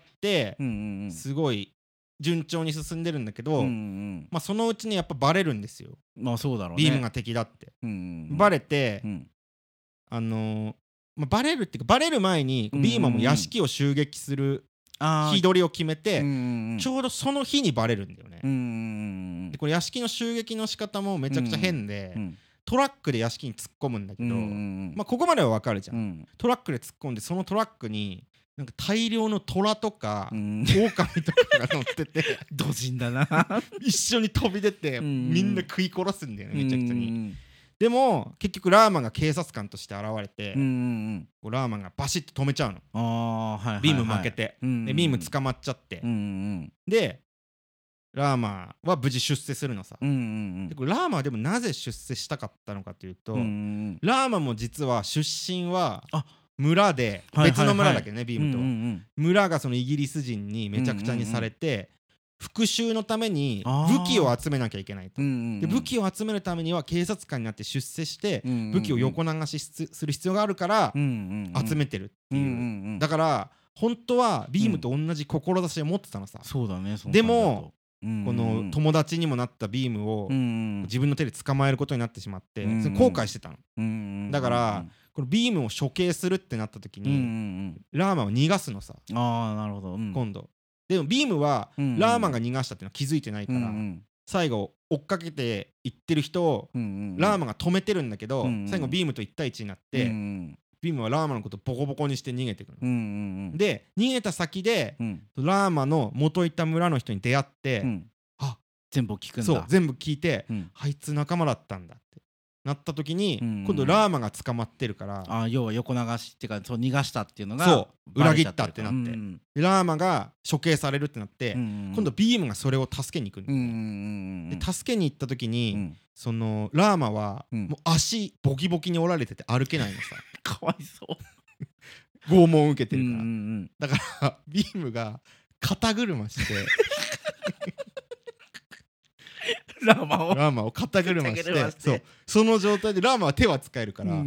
うんうんうん、すごい順調に進んでるんだけど、うんうん、まあ、そのうちにやっぱバレるんですよ。 まあそうだろうね。 ビームが敵だって、うんうんうん、バレて、うん、あのーまあ、バレるっていうかバレる前にビームも屋敷を襲撃する日取りを決めて、うんうんうん、ちょうどその日にバレるんだよね、うんうんうん、でこれ屋敷の襲撃の仕方もめちゃくちゃ変で、うんうん、トラックで屋敷に突っ込むんだけど、うんうんうんまあ、ここまではわかるじゃん、うん、トラックで突っ込んでそのトラックになんか大量の虎とか、うん、狼とかが乗っててドジンだな一緒に飛び出て、うん、みんな食い殺すんだよねめちゃくちゃに、うん、でも結局ラーマンが警察官として現れて、うんうんうん、ラーマンがバシッと止めちゃうの。あ、はいはいはい、ビーム負けて、うんうん、でビーム捕まっちゃって、うんうん、でラーマンは無事出世するのさ、うんうんうん、でこれラーマンはでもなぜ出世したかったのかというと、うんうん、ラーマンも実は出身は村で、別の村だけどね、はいはいはい、ビームと、うんうんうん、村がそのイギリス人にめちゃくちゃにされて、うんうんうん、復讐のために武器を集めなきゃいけないと、うんうんうん、で武器を集めるためには警察官になって出世して武器を横流しする必要があるから集めてるっていう、うんうんうん、だから本当はビームと同じ志を持ってたのさ、うん、 そうだね、 でも、うんうん、この友達にもなったビームを自分の手で捕まえることになってしまって、うんうん、後悔してたの、うんうん、だからこのビームを処刑するってなった時に、うんうんうん、ラーマンを逃がすのさ。 あーなるほど、うん、 今度でもビームはラーマンが逃がしたっていうのは気づいてないから、うんうん、最後追っかけていってる人をラーマンが止めてるんだけど、うんうん、最後ビームといち対いちになって、うんうん、ビームはラーマンのことをボコボコにして逃げてくる、うんうんうん、で逃げた先で、うん、ラーマンの元いた村の人に出会って、うん、 あ全部聞くんだ。 そう全部聞いて、うん、あいつ仲間だったんだってなった時に、うんうん、今度ラーマンが捕まってるから、 あ要は横流しっていうかそう逃がしたっていうのがそう裏切ったってなって、うんうん、ラーマンが処刑されるってなって、うんうん、今度ビームがそれを助けに行くんですよ、うんうんうん、で助けに行った時に、うん、そのラーマンは、うん、もう足ボキボキに折られてて歩けないのさかわいそう拷問を受けてるから、うんうんうん、だからビームが肩車してラーマンをラーマンを肩車して、そう、その状態でラーマンは手は使えるから、うん、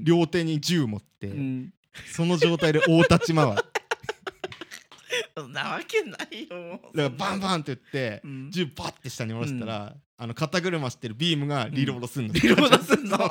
両手に銃持って、うん、その状態で大立ち回るそんなわけないよ。 だからバンバンって言って、うん、銃バッて下に下ろしたら、うん、あの肩車してるビームがリロードすんの、 うん、リロードすんの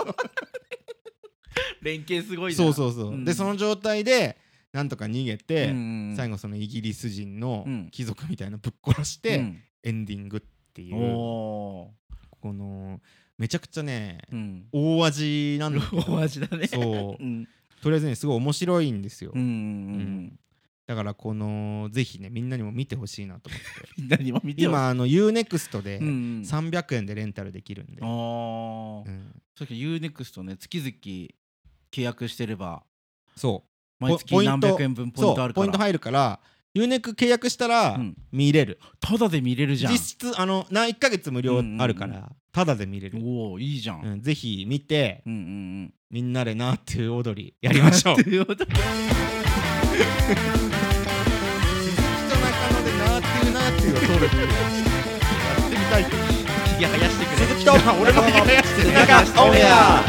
連携すごいな。 そうそうそう、うん、でその状態でなんとか逃げて、うんうん、最後そのイギリス人の貴族みたいなぶっ殺して、うん、エンディングっていう、このめちゃくちゃね、うん、大味なんだ大味だねそう、うん、とりあえずねすごい面白いんですよ、うんうんうん、だだからこのぜひねみんなにも見てほしいなと思ってみんなにも見てほしい。 今あの ユーネクスト でうんうんさんびゃくえんでレンタルできるんで、 ああ、 うん、 さっき ユーネクスト ね月々契約してればそう毎月何百円分ポイントあるからポイント入るから ユーネク 契約したら見れる、 うん、ただで見れるじゃん。 実質あのないっかげつ無料あるから、うんうんうん、ただで見れる。 おおいいじゃん、 うん、ぜひ見て、 うんうんうん、 みんなでなっていう踊りやりましょう。鈴木と中野でなっていうなっていうを取るってやってみたいけどひげ生やしてくれ。 鈴木と俺のひげ生やしてる中オンエア。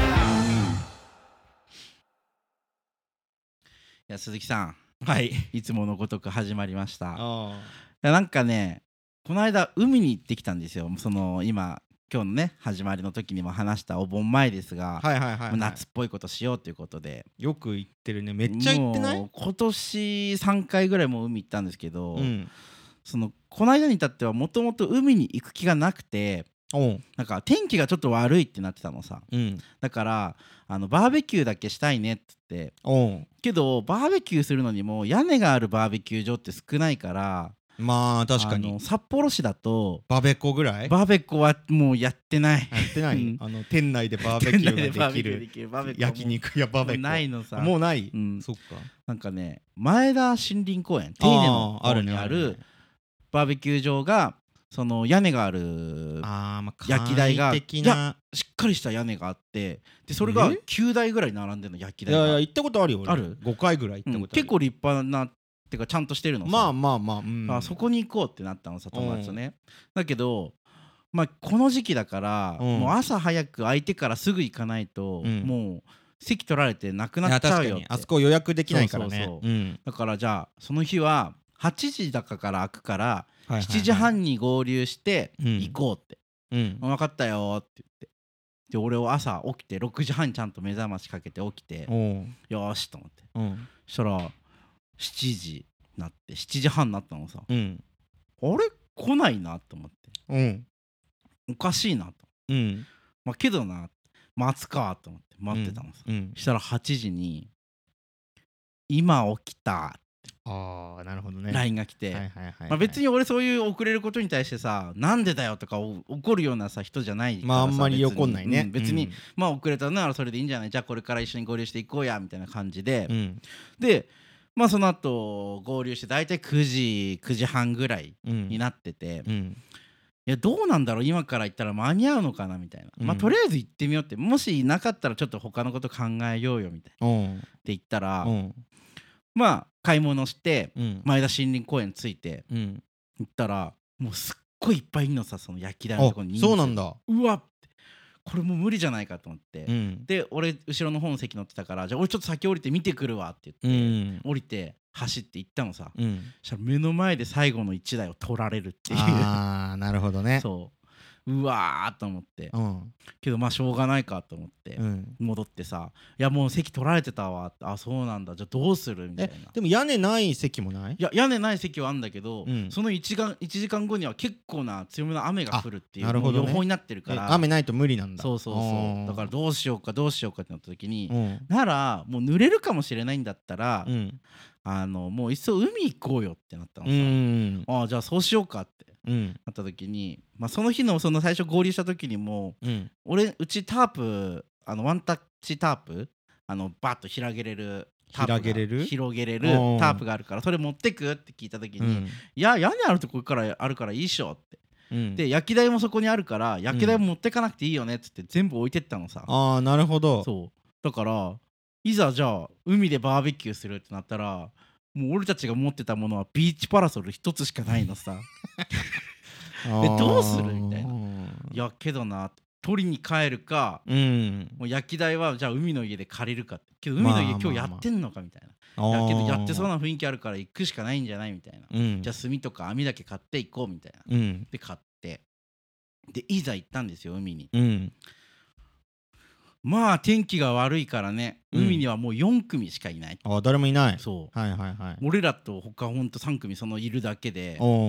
いや鈴木さん、 はい、 いつものごとく始まりました。あいやなんかねこの間海に行ってきたんですよ。その今今日のね始まりの時にも話したお盆前ですが、 はいはいはいはい、 夏っぽいことしようということでよく行ってるね。めっちゃ行ってない？もう今年さんかいぐらいも海行ったんですけど、 うん、 そのこの間に至ってはもともと海に行く気がなくて、なんか天気がちょっと悪いってなってたのさ、うん、だからあのバーベキューだけしたいねって言ってけどバーベキューするのにも屋根があるバーベキュー場って少ないから、 まあ確かに札幌市だとバベコぐらいバーベコはもうやってないやってない、うん、あの店内でバーベキューができる焼肉やバーベコないのさ。 もうない、 うん、 そっか。 なんかね前田森林公園手稲の方にあるバーベキュー場がその屋根がある焼き台がいやしっかりした屋根があってでそれがきゅうだいぐらい並んでるの焼き台が。 いやいや行ったことあるよ。 あるごかいぐらい行ったことある、 うん、結構立派なってかちゃんとしてるのさ。 まあまあまあ、うん、 あそこに行こうってなったのさ友達とね。だけどまあこの時期だから、うん、もう朝早く空いてからすぐ行かないと、うん、もう席取られてなくなっちゃうよって。 あそこ予約できないからね。 そうそうそう、うん、だからじゃあその日ははちじだかから開くから、はいはいはい、しちじはんに合流して行こうって、うん、分かったよって言ってで俺を朝起きてろくじはんにちゃんと目覚ましかけて起きてよーしと思って、うん、そしたらしちじになってしちじはんになったのさ、うん、あれ来ないなと思って、うん、おかしいなと、うん、まあけどな待つかと思って待ってたのさ、うんうん、したらはちじに今起きたあーなるほどねライン が来て、はいはいはいはい、まあ、別に俺そういう遅れることに対してさなんでだよとか怒るようなさ人じゃないからさ、 まああんまり怒んないね、 うん、別に、うん、まあ遅れたならそれでいいんじゃないじゃあこれから一緒に合流していこうやみたいな感じで、うん、でまあその後合流して大体くじくじはんぐらいになってて、うんうん、いやどうなんだろう今から行ったら間に合うのかなみたいな、うん、まあとりあえず行ってみようってもしなかったらちょっと他のこと考えようよみたいな、うん、って言ったら、うんまあ買い物して前田森林公園着いて行ったらもうすっごいいっぱいいるのさその焼き台のところに。 そうなんだ。 うわってこれもう無理じゃないかと思って、うん、で俺後ろの方の席乗ってたからじゃあ俺ちょっと先降りて見てくるわって言って、うん、降りて走って行ったのさ、うん、そしたら目の前で最後のいちだいを取られるっていう。 あーなるほどね。 そううわーと思って、うん、けどまあしょうがないかと思って戻ってさ、いやもう席取られてたわあそうなんだじゃあどうするみたいな。 でも屋根ない席もない？ いや屋根ない席はあるんだけど、うん、その 1, がいちじかんごには結構な強めの雨が降るっていう、ね、予報になってるから雨ないと無理なんだ。 そうそうそうだからどうしようかどうしようかってなった時に、うん、ならもう濡れるかもしれないんだったら、うん、あのもういっそ海行こうよってなったのさ。うんあじゃあそうしようかってうん、なった時に、まあ、その日のその最初合流した時にも、うん、俺うちタープあのワンタッチタープあのバッと広げれるタープが広げれる広げれるタープがあるからそれ持ってくって聞いた時に、うん、いや屋根あるとこからあるからいいっしょって、うん、で焼き台もそこにあるから焼き台も持ってかなくていいよねっつって全部置いてったのさ、 うん、ああなるほど。 そうだからいざじゃあ海でバーベキューするってなったらもう俺たちが持ってたものはビーチパラソル一つしかないのさでどうするみたいな。いやけどな取りに帰るか、うん、もう焼き台はじゃあ海の家で借りるかってけど海の家今日やってんのかみたいな、まあまあまあ、いやけどやってそうな雰囲気あるから行くしかないんじゃないみたいな、うん、じゃあ炭とか網だけ買っていこうみたいな、うん、で買ってでいざ行ったんですよ海に、うん、まあ天気が悪いからね、うん、海にはもうよん組しかいない。 あ誰もいない。 そう、 はいはいはい、 俺らと他ほんとさん組そのいるだけで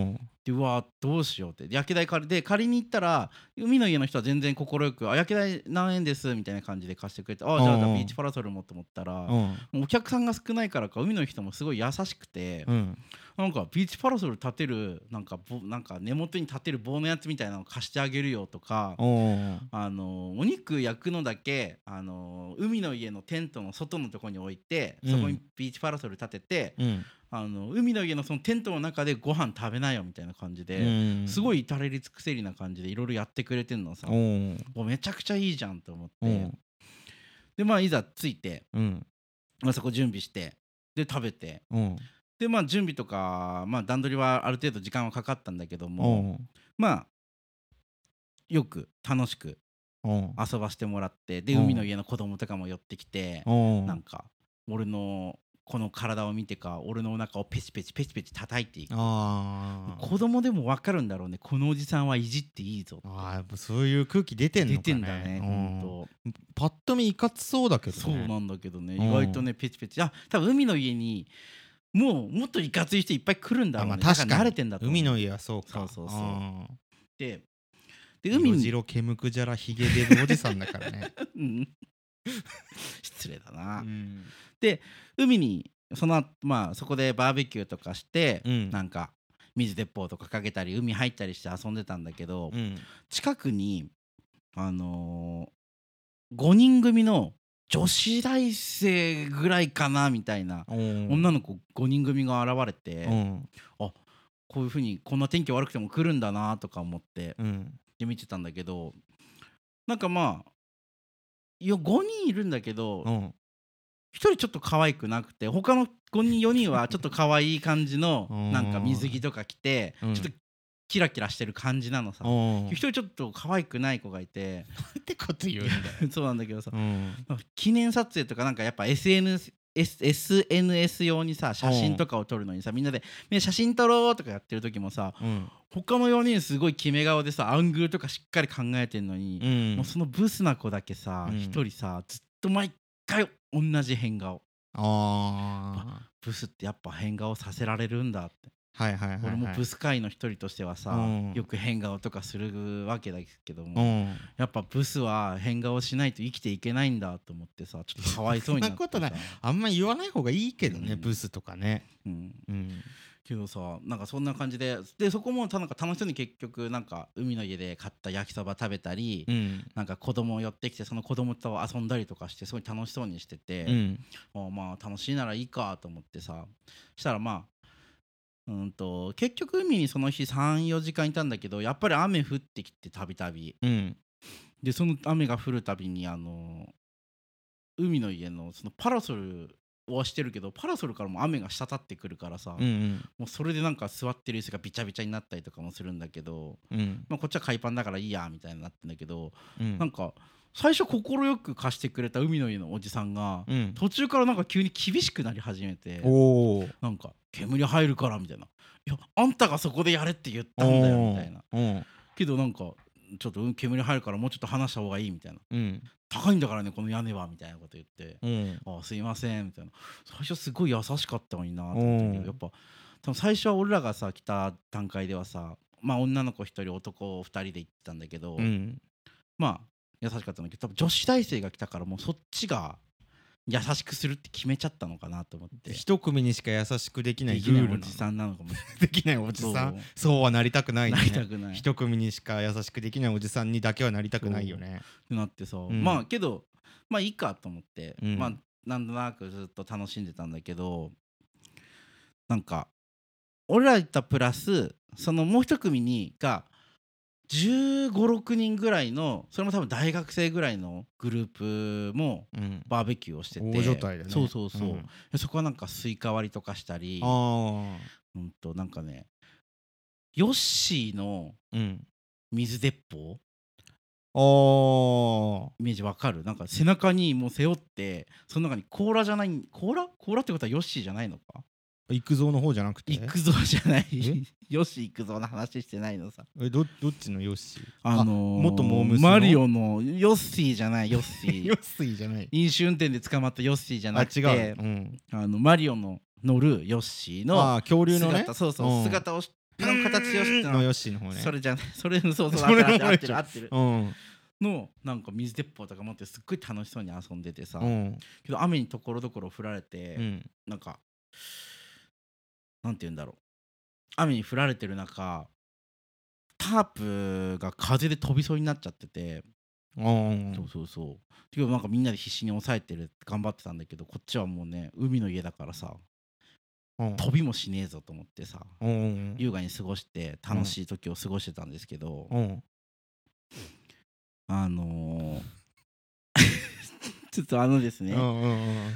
でうわどうしようって焼き台借りで借りに行ったら海の家の人は全然快く「あ焼き台何円です」みたいな感じで貸してくれて「あじゃあじゃあビーチパラソルも」と思ったらもうお客さんが少ないからか海の人もすごい優しくて、うん、なんかビーチパラソル立てるなんかぼなんか根元に立てる棒のやつみたいなの貸してあげるよとか、あのお肉焼くのだけあの海の家のテントの外のところに置いて、そこにビーチパラソル立てて、うん、あの海の家のそのテントの中でご飯食べなよみたいな感じで、うん、すごい至れり尽くせりな感じでいろいろやってくれてんのさ、もうめちゃくちゃいいじゃんと思って、うん、でまあいざ着いて、うんまあ、そこ準備してで食べて、うん、でまあ準備とか、まあ、段取りはある程度時間はかかったんだけども、まあよく楽しく遊ばせてもらって、で海の家の子供とかも寄ってきて、なんか俺のこの体を見てか俺のお腹をペチペチペチペチ叩いていく。あ子供でも分かるんだろうね、このおじさんはいじっていいぞって。 あやっぱそういう空気出てんのかね。 出てんだね、ほんと。 パッと見いかつそうだけどね。 そうなんだけどね、意外とねペチペチ。あ多分海の家にもうもっといかつい人いっぱい来るんだろうね。 あ、まあ、確かに慣れてんだと思う。 海の家はそうか。 そうそうそう。でで海に色白けむくじゃらひげデブおじさんだからね。うん失礼だな、うん、で海にそのまあそこでバーベキューとかして、うん、なんか水鉄砲とかかけたり海入ったりして遊んでたんだけど、うん、近くにあのー、ごにん組の女子大生ぐらいかなみたいな女の子ごにん組が現れて、うん、あこういう風にこんな天気悪くても来るんだなとか思って、うん、で見てたんだけど、なんかまあいやごにんいるんだけど、うん、ひとりちょっと可愛くなくて他のごにんよにんはちょっと可愛い感じのなんか水着とか着てちょっとキラキラしてる感じなのさ。ひとりちょっと可愛くない子がいてなんてこと言うんだよそうなんだけどさ、うん、記念撮影とかなんかやっぱ エスエヌエスエスエヌエス 用にさ写真とかを撮るのにさみんなでみんな写真撮ろうとかやってる時もさ、うん、他のよにんすごい決め顔でさアングルとかしっかり考えてんのに、うん、もうそのブスな子だけさ一、うん、人さずっと毎回同じ変顔。あブスってやっぱ変顔させられるんだって。はいはいはいはい、俺もブス界の一人としてはさ、うん、よく変顔とかするわけだけども、うん、やっぱブスは変顔しないと生きていけないんだと思ってさちょっとかわいそうになってさそんなことない、 あんま言わない方がいいけどね、うん、ブスとかね、うんうん、けどさなんかそんな感じででそこもなんか楽しそうに結局なんか海の家で買った焼きそば食べたり、うん、なんか子供寄ってきてその子供と遊んだりとかしてすごい楽しそうにしてて、うん、あまあ楽しいならいいかと思ってさしたらまあうんと結局海にその日 さんよじかんいたんだけどやっぱり雨降ってきてたびたびでその雨が降るたびにあの海の家のそのパラソルはしてるけどパラソルからも雨が滴ってくるからさ、うんうん、もうそれでなんか座ってる椅子がびちゃびちゃになったりとかもするんだけど、うんまあ、こっちは海パンだからいいやみたいになってんだけど、うん、なんか最初快く貸してくれた海の家のおじさんが、うん、途中からなんか急に厳しくなり始めて、なんか煙入るからみたいな、いやあんたがそこでやれって言ったんだよみたいな、けどなんかちょっと煙入るからもうちょっと話した方がいいみたいな、うん、高いんだからねこの屋根はみたいなこと言って、うん、あすいませんみたいな、最初すごい優しかったのになと思ったけど、やっぱ多分最初は俺らがさ来た段階ではさまあ女の子ひとり男ふたりで行ってたんだけど、うん、まあ優しかったんだけど多分女子大生が来たからもうそっちが優しくするって決めちゃったのかなと思って、 一組にしか優しくできないルールおじさんなのかもしれないできないおじさん、そうはなりたくないね、なりたくない、一組にしか優しくできないおじさんにだけはなりたくないよねってなってさ、うん、まあけどまあいいかと思って、うん、まあなんとなくずっと楽しんでたんだけど、なんか俺ら行ったプラスそのもう一組にがじゅうご、ろくにんぐらいのそれも多分大学生ぐらいのグループもバーベキューをしてて、うん、 大所帯だね、 そうそうそう、うん、そこはなんかスイカ割りとかしたり、あうんとなんかねヨッシーの水鉄砲、あイメージわかる？なんか背中にもう背負ってその中に甲羅じゃない甲羅甲羅ってことはヨッシーじゃないのか？ 育三の方じゃなくて育三じゃないヨシ育三の話してないのさ。 え ど, どっちのヨッシー？ あのー、元モームスのマリオのヨッシーじゃないヨッシーヨッシーじゃない飲酒運転で捕まったヨッシーじゃなくて、 あ違う、うん、 あのマリオの乗るヨッシーのあ恐竜のねそうそう、うん、姿をの形をしてのよしの方ね。 それじゃないそれそうそう合ってる合ってる合ってる、 うん、 のなんか水鉄砲とか持ってすっごい楽しそうに遊んでてさ、 うん、 けど雨にところどころ降られて、 うん、 なんかなんて言うんだろう、雨に降られてる中タープが風で飛びそうになっちゃってて、 うん、 そうそうそうけどなんかみんなで必死に抑えてる頑張ってたんだけど、こっちはもうね海の家だからさ、うん、飛びもしねえぞと思ってさ、うん、優雅に過ごして楽しい時を過ごしてたんですけど、うん、あのー、ちょっとあのですね、うんうんうん、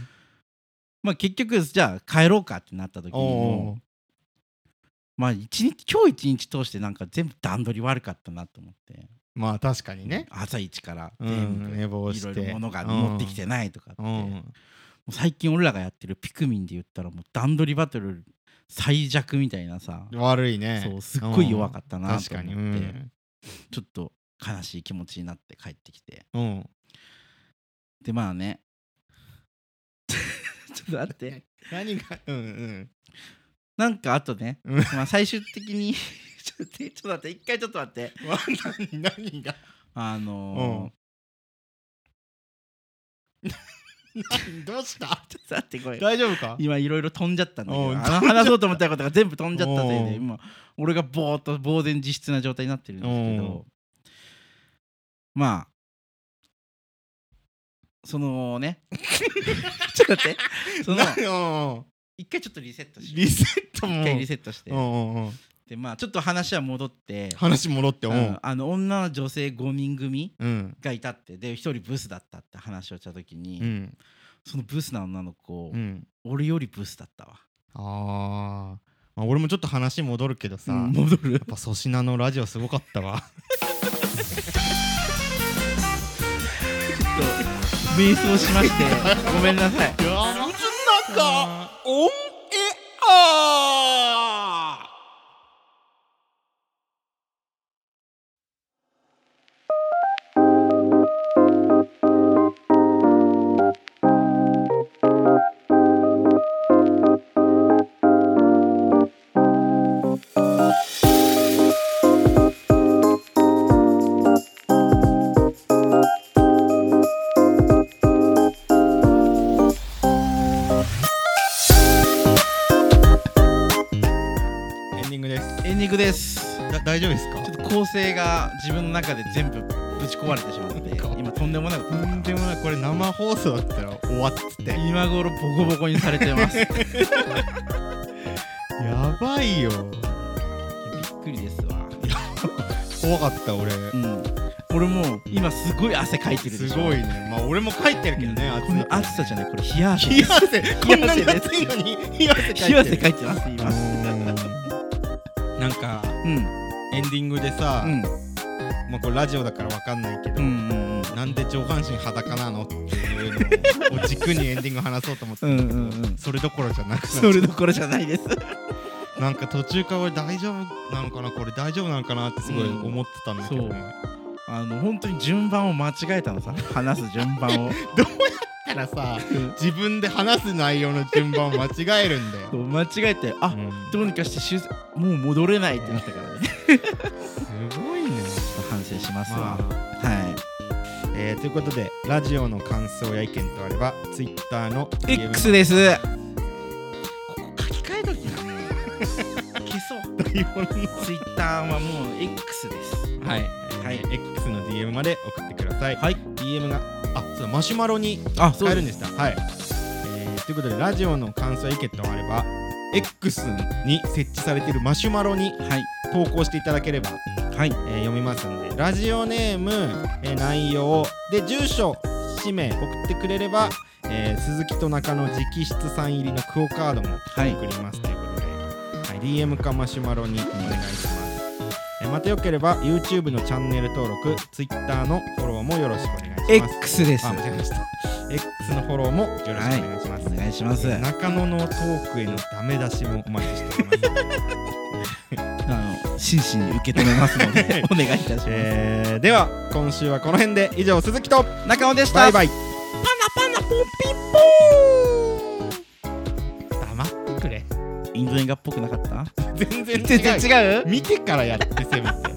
まあ結局じゃあ帰ろうかってなった時にもまあ一日今日一日通してなんか全部段取り悪かったなと思って、 まあ確かにね、 朝一から全部いろいろ物が持ってきてないとかって、 うんうん、 もう最近俺らがやってるピクミンで言ったらもう段取りバトル最弱みたいなさ、 悪いね、 そうすっごい弱かったなと思って、 確かに、うん、 ちょっと悲しい気持ちになって帰ってきて、 うん、 でまあねちょっと待って何がうんうんなんかあとね、まあ最終的にちょっと待ってちょっと待って一回ちょっと待って何何があのーうん、どうした？ ちょっと待ってこれ大丈夫か？ 今いろいろ飛んじゃったんだけど、話そうと思ったことが全部飛んじゃったせいで今俺がぼーっと呆然自失な状態になってるんですけど、まあそのねちょっと待ってその一回ちょっとリセットしてリセットも一回リセットしてうんうんうんでまあちょっと話は戻って話戻って、うん、 あの女の女性ごにん組がいたって、うん、でひとりブスだったって話をした時に、うん、そのブスな女の子、うん、俺よりブスだったわ。 あ、まあ俺もちょっと話戻るけどさ、うん、 戻るやっぱ粗品のラジオすごかったわちょっと瞑想しましてごめんなさい。 いやなんかオンエアです。 大丈夫ですか？ ちょっと構成が自分の中で全部ぶち壊れてしまって今とんでもないとんでもないこれ生放送だったら終わって今頃ボコボコにされてますやばいよ、 びっくりですわ怖かった俺、うん、 俺も今すごい汗かいてるでしょ。 すごいね。まあ俺もかいてるけどね、 うん、この暑さじゃないこれ冷や汗冷や汗こんなに暑いのに冷や汗かいてる冷や汗かいてます今なんか、うん、エンディングでさ、うん、まあこれラジオだからわかんないけど、うんうんうん、なんで上半身裸なのっていうのを軸にエンディング話そうと思ってうんうん、うん、それどころじゃなくなっちゃう。 それどころじゃないですなんか途中から俺大丈夫なのかなこれ大丈夫なのかなってすごい思ってたんだけど、ね、 うん、あの本当に順番を間違えたのさ話す順番をどうやったらさ自分で話す内容の順番を間違えるんだよ間違えてあ、うん、どうにかして修正もう戻れないってなったからねすごいね。 反省しますわ、まあ、 はい、えー、ということでラジオの感想や意見とあれば Twitter のディーエム X です。ここ書き換えときなもう消そう台本の Twitter はもう X です。 はい、はい、X の ディーエム まで送ってください。 はい、 ディーエム があそうマシュマロに変えるんでした。はい、えー、ということでラジオの感想や意見とあればX に設置されているマシュマロに投稿していただければ、はいえー、読みますんで、ラジオネーム、えー、内容で住所氏名送ってくれれば、えー、鈴木と中野直筆サイン入りのクオカードも送りますということで、はいはい、ディーエム かマシュマロにお願いします。えー、またよければ YouTube のチャンネル登録 Twitter のフォローもよろしくお願いします。 X です。 あ間違えましたX のフォローもよろしくお願いします、 はい、お願いします。 中野のトークへのダメ出しもお待ちしておりますあの真摯に受け止めますのでお願いいたします、 えー、では今週はこの辺で以上鈴木と中野でした。 バイバイ。 パナパナポンピッポー。 黙ってくれ。 インド映画っぽくなかった全然違う全然違う見てからやってせめて